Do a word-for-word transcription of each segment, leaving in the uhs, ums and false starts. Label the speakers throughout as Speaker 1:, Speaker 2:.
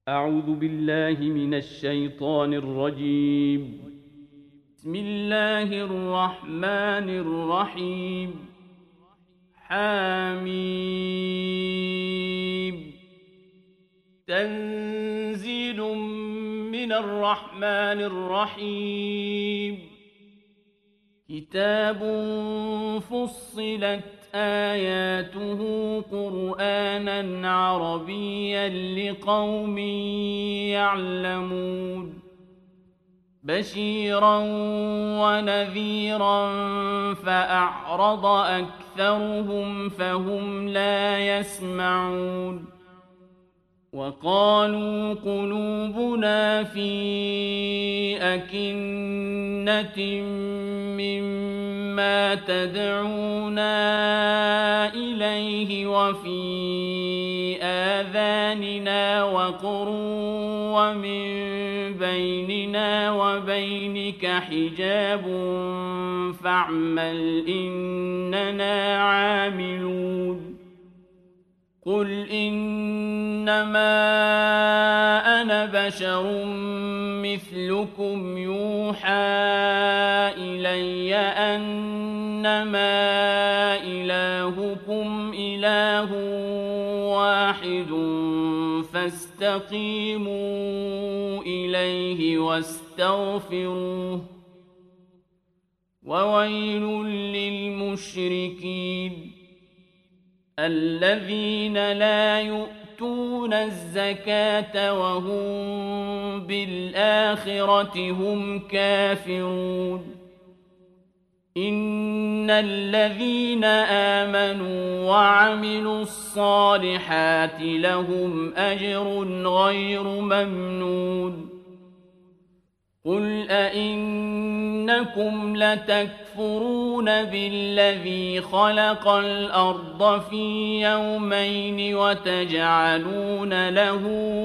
Speaker 1: أعوذ بالله من الشيطان الرجيم. بسم الله الرحمن الرحيم. حميم. تنزيل من الرحمن الرحيم. كتاب فصلت آياته قرآنا عربيا لقوم يعلمون بشيرا ونذيرا فأعرض أكثرهم فهم لا يسمعون وقالوا قلوبنا في أكنة مما تدعونا إليه وفي آذاننا وقر ومن بيننا وبينك حجاب فاعمل إننا عاملون قل إنما أنا بشر مثلكم يوحى إلي أنما إلهكم إله واحد فاستقيموا إليه واستغفروه وويل للمشركين الذين لا يؤتون الزكاة وهم بالآخرة هم كافرون إن الذين آمنوا وعملوا الصالحات لهم أجر غير ممنون قل أئنكم لتكفرون بالذي خلق الأرض في يومين وتجعلون له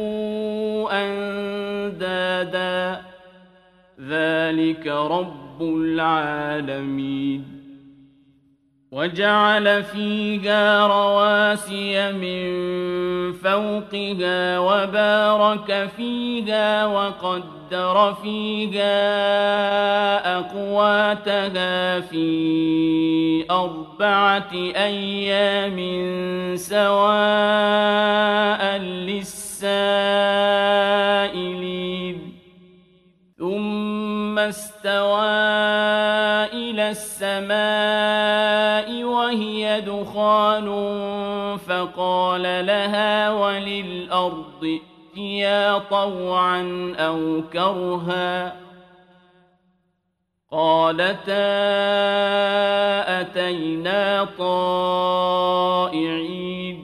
Speaker 1: أندادا ذلك رب العالمين وجعل فيها رواسي من فوقها وبارك فيها وقدر فيها أقواتها في أربعة أيام سواء للسائلين ثم استوى إلى السماء وهي دخان فقال لها وللأرض ائتيا طوعا أو كرها قالتا أتينا طائعين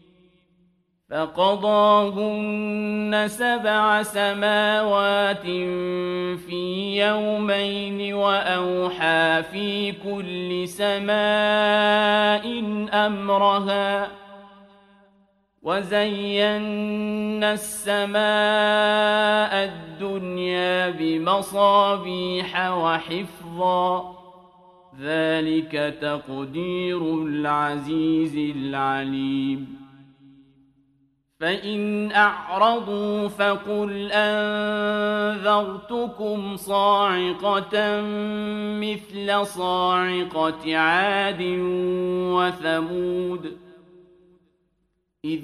Speaker 1: فقضاهن سبع سماوات في يومين وأوحى في كل سماء أمرها وزينا السماء الدنيا بمصابيح وحفظا ذلك تقدير العزيز العليم فإن أعرضوا فقل أنذرتكم صاعقة مثل صاعقة عاد وثمود إذ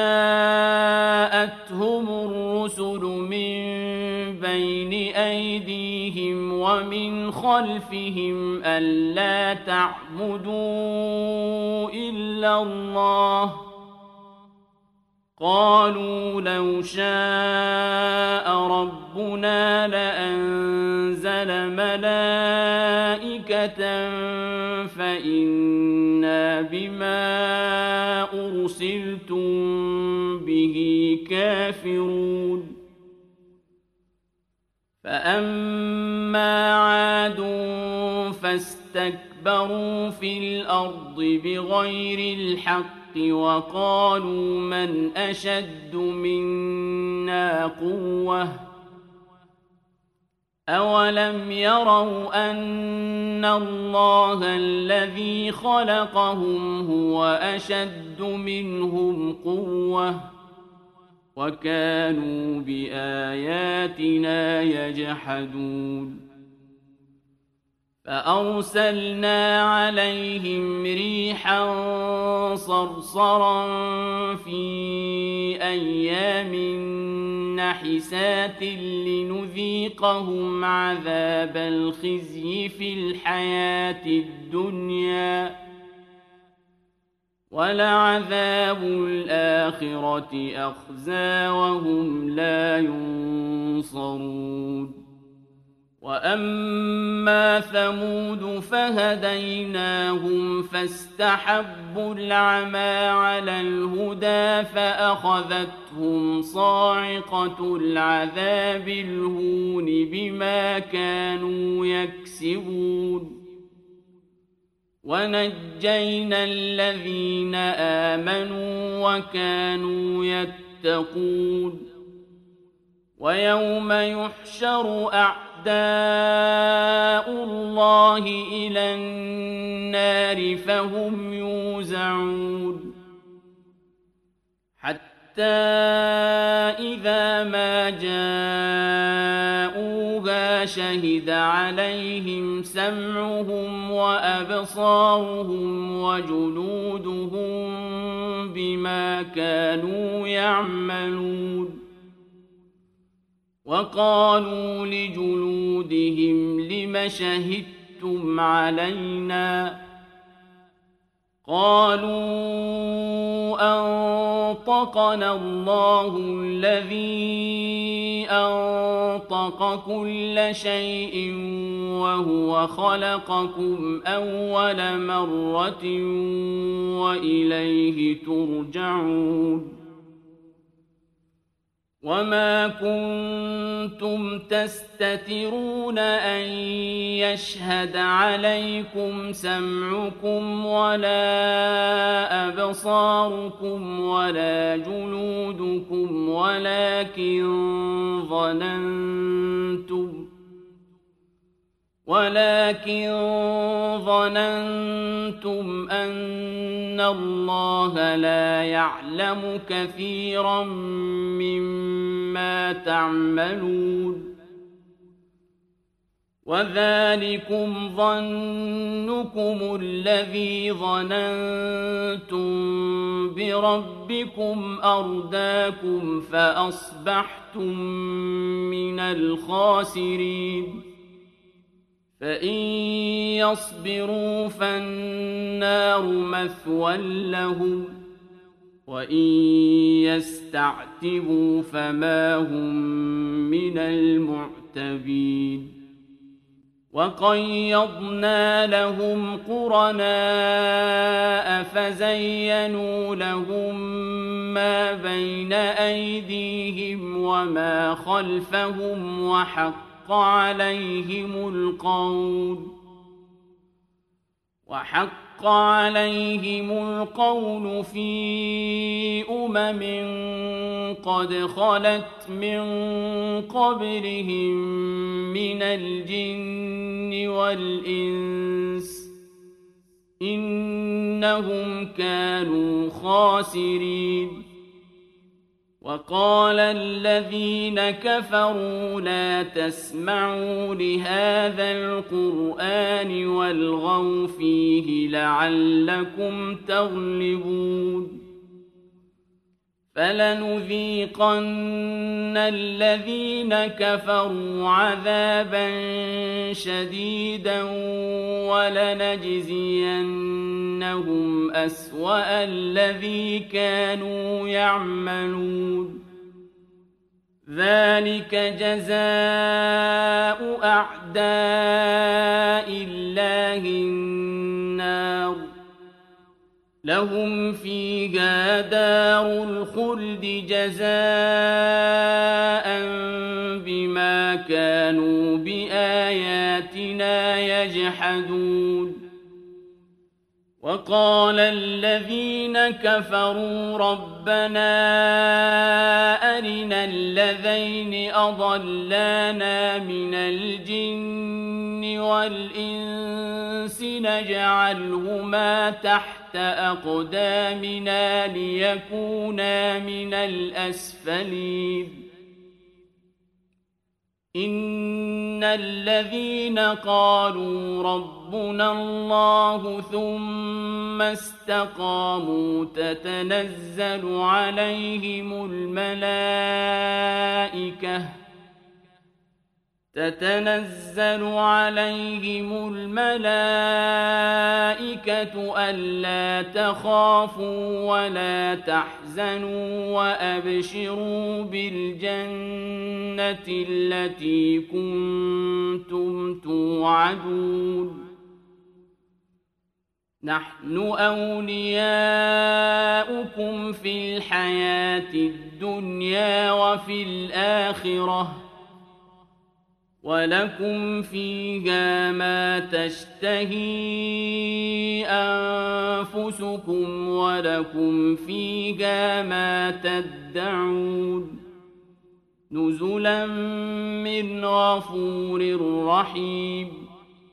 Speaker 1: جاءتهم الرسل من بين أيديهم ومن خلفهم ألا تعبدوا إلا الله قالوا لو شاء ربنا لأنزل ملائكة فإنا بما أرسلتم به كافرون فأما عاد فاستكبروا في الأرض بغير الحق وقالوا من أشد منا قوة أولم يروا أن الله الذي خلقهم هو أشد منهم قوة وكانوا بآياتنا يجحدون فأرسلنا عليهم ريحا صرصرا في أيام نحسات لنذيقهم عذاب الخزي في الحياة الدنيا ولعذاب الآخرة أخزى وهم لا ينصرون وأما ثمود فهديناهم فاستحبوا العمى على الهدى فأخذتهم صاعقة العذاب الهون بما كانوا يكسبون ونجينا الذين آمنوا وكانوا يتقون ويوم يحشر أعداء الله إلى النار فهم يوزعون حتى إذا ما جاءوها شهد عليهم سمعهم وأبصارهم وجلودهم بما كانوا يعملون وقالوا لجلودهم لم شهدتم علينا قالوا أنطقنا الله الذي أنطق كل شيء وهو خلقكم أول مرة وإليه ترجعون وما كنتم تستترون أن يشهد عليكم سمعكم ولا أبصاركم ولا جلودكم ولكن ظننتم ولكن ظننتم أن الله لا يعلم كثيرا مما تعملون وذلكم ظنكم الذي ظننتم بربكم أرداكم فأصبحتم من الخاسرين فإن يصبروا فالنار مثوى لهم وإن يستعتبوا فما هم من المعتبين وقيضنا لهم قرناء فزينوا لهم ما بين أيديهم وما خلفهم وحق وحق عليهم القول وحق عليهم القول في أمم قد خلت من قبلهم من الجن والإنس إنهم كانوا خاسرين وقال الذين كفروا لا تسمعوا لهذا القرآن والغوا فيه لعلكم تغلبون فلنذيقن الذين كفروا عذابا شديدا ولنجزينهم أسوأ الذي كانوا يعملون ذلك جزاء أعداء الله النار لهم فيها دار الخلد جزاء بما كانوا بآياتنا يجحدون وقال الذين كفروا ربنا أرنا الذين أضلانا من الجن والإنس نجعلهما تحت أقدامنا ليكونا من الأسفلين إن الذين قالوا ربنا الله ثم استقاموا تتنزل عليهم الملائكة تتنزل عليهم الملائكة ألا تخافوا ولا تحزنوا وأبشروا بالجنة التي كنتم توعدون نحن أولياؤكم في الحياة الدنيا وفي الآخرة ولكم فيها ما تشتهي أنفسكم ولكم فيها ما تدعون نزلا من غفور رحيم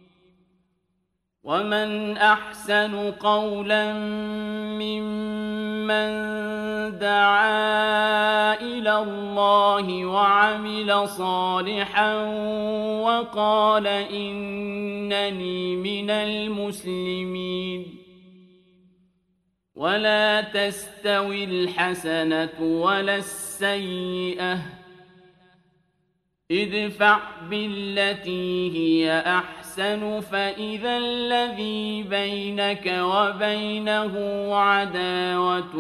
Speaker 1: ومن أحسن قولا ممن دعا إلى الله وعمل صالحا وقال إنني من المسلمين ولا تستوي الحسنة ولا السيئة ادفع بالتي هي أحسن فإذا الذي بينك وبينه عداوة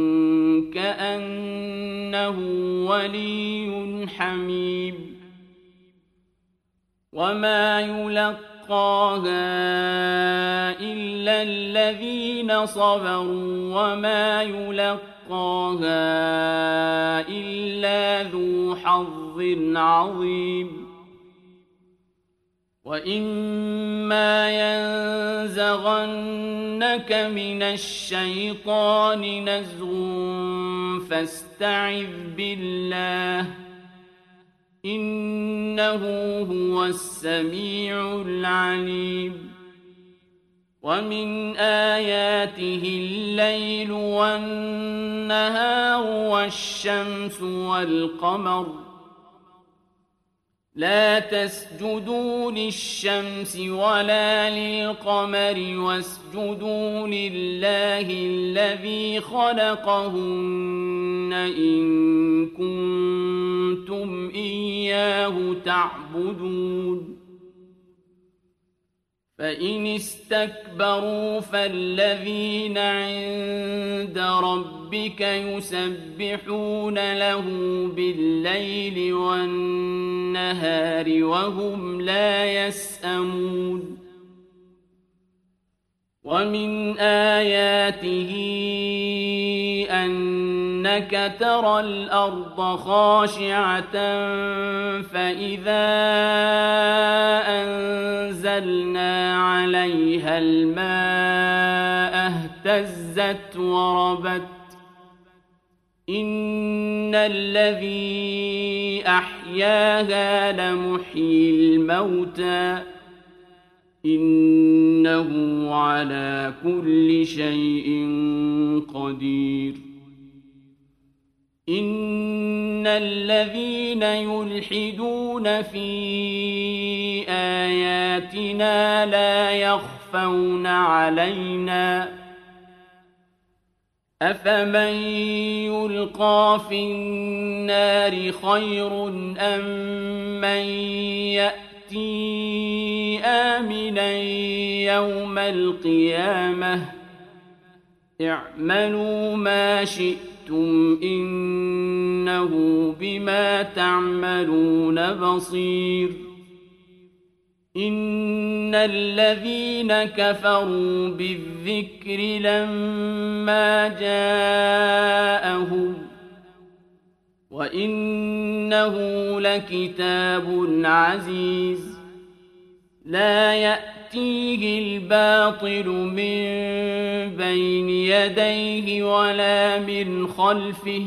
Speaker 1: كأنه ولي حميم وما يلقاها إلا الذين صبروا وما يلقاها إلا ذو حظ عظيم وإما ينزغنك من الشيطان نزغ فاستعذ بالله إنه هو السميع العليم ومن آياته الليل والنهار والشمس والقمر لا تسجدوا للشمس ولا للقمر واسجدوا لله الذي خلقهن إن كنتم إياه تعبدون فإن استكبروا فالذين عند ربك يسبحون له بالليل والنهار وهم لا يسأمون ومن آياته أنك ترى الأرض خاشعة فإذا أنزلنا عليها الماء اهتزت وربت إن الذي أحياها لمحيي الموتى إنه على كل شيء قدير إن الذين يلحدون في آياتنا لا يخفون علينا أفمن يلقى في النار خير أم من يأتي آمنا يوم القيامة اعملوا ما شئتم إنه بما تعملون بصير إن الذين كفروا بالذكر لما جاءهم وإنه لكتاب عزيز لا يأتي يأتيه الباطل من بين يديه ولا من خلفه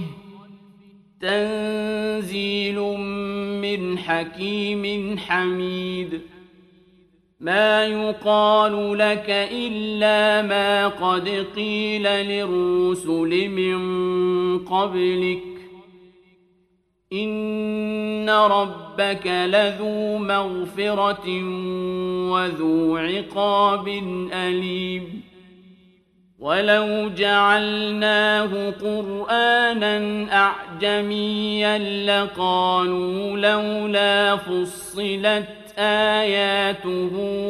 Speaker 1: تنزيل من حكيم حميد ما يقال لك إلا ما قد قيل للرسل من قبلك إن ربك لذو مغفرة وذو عقاب أليم ولو جعلناه قرآنا أعجميا لقالوا لولا فصلت آياته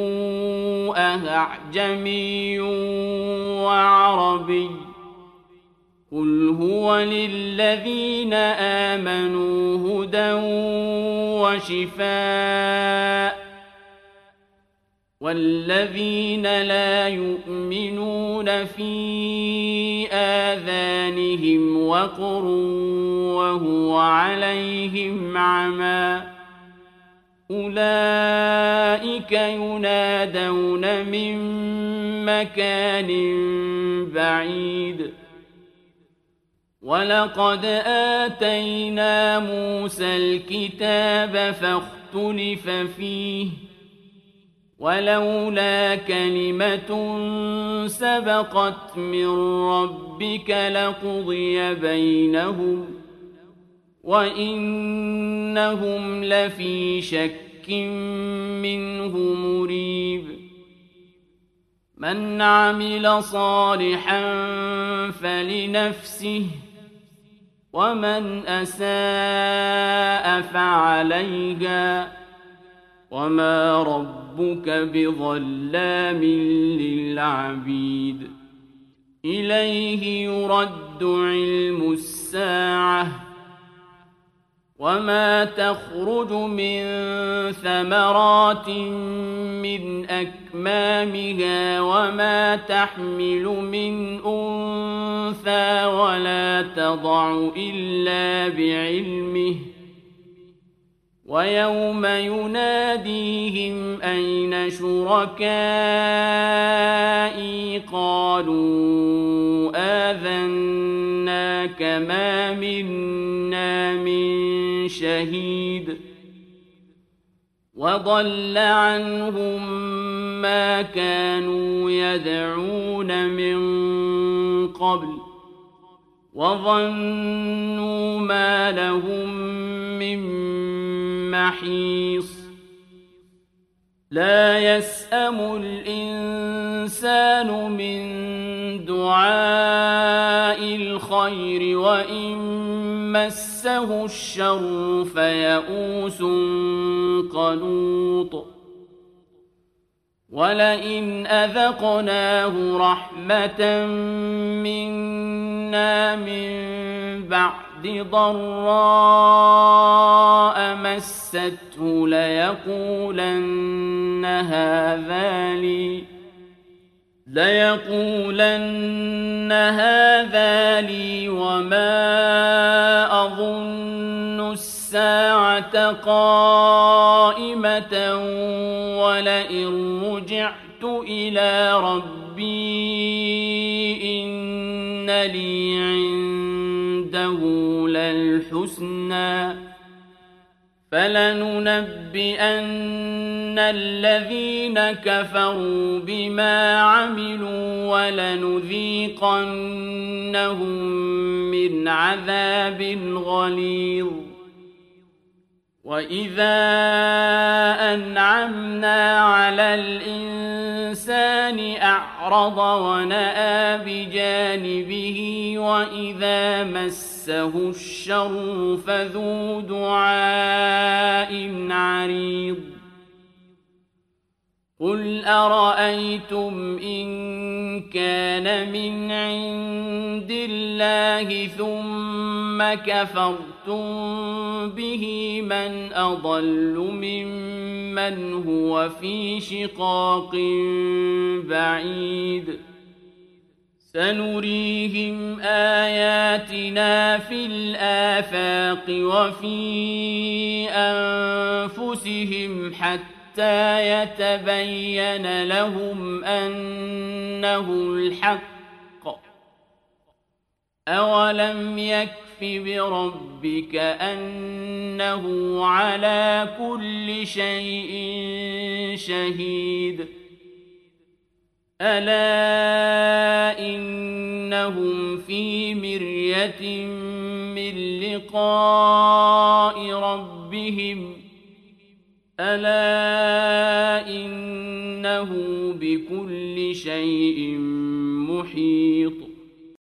Speaker 1: أأعجمي وعربي قل هو للذين آمنوا هدى وشفاء والذين لا يؤمنون في آذانهم وقر وهو عليهم عمى أولئك ينادون من مكان بعيد ولقد آتينا موسى الكتاب فاختلف فيه ولولا كلمة سبقت من ربك لقضي بينهم وإنهم لفي شك منه مريب من عمل صالحا فلنفسه ومن أساء فعليها وما ربك بظلام للعبيد إليه يرد علم الساعة وما تخرج من ثمرات من أكمامها وما تحمل من أنثى ولا تضع إلا بعلمه ويوم يناديهم أين شركائي قالوا آذناك ما منا من شهيد وضل عنهم ما كانوا يدعون من قبل وظنوا ما لهم من محيص لا يسأم الإنسان من دعاء الخير وإن مسه الشر فيئوس قنوط ولئن أذقناه رحمة منا من بعد ضراء مسته ليقولن هذا لي ليقولن هذا لي وما أظن الساعة قائمة ولئن رجعت إلى ربي إن لي عنده للحسنى فلننبئن الذين كفروا بما عملوا ولنذيقنهم من عذاب غليظ وإذا أنعمنا على الإنسان أعرض ونأى بجانبه وإذا مسه الشر فذو دعاء عريض قل أرأيتم إن كان من عند الله ثم كفرتم به من أضل ممن هو في شقاق بعيد سنريهم آياتنا في الآفاق وفي أنفسهم حتى حتى يتبين لهم أنه الحق. أولم يكف بربك أنه على كل شيء شهيد. ألا إنهم في مرية من لقاء ربهم ألا إنه بكل شيء محيط.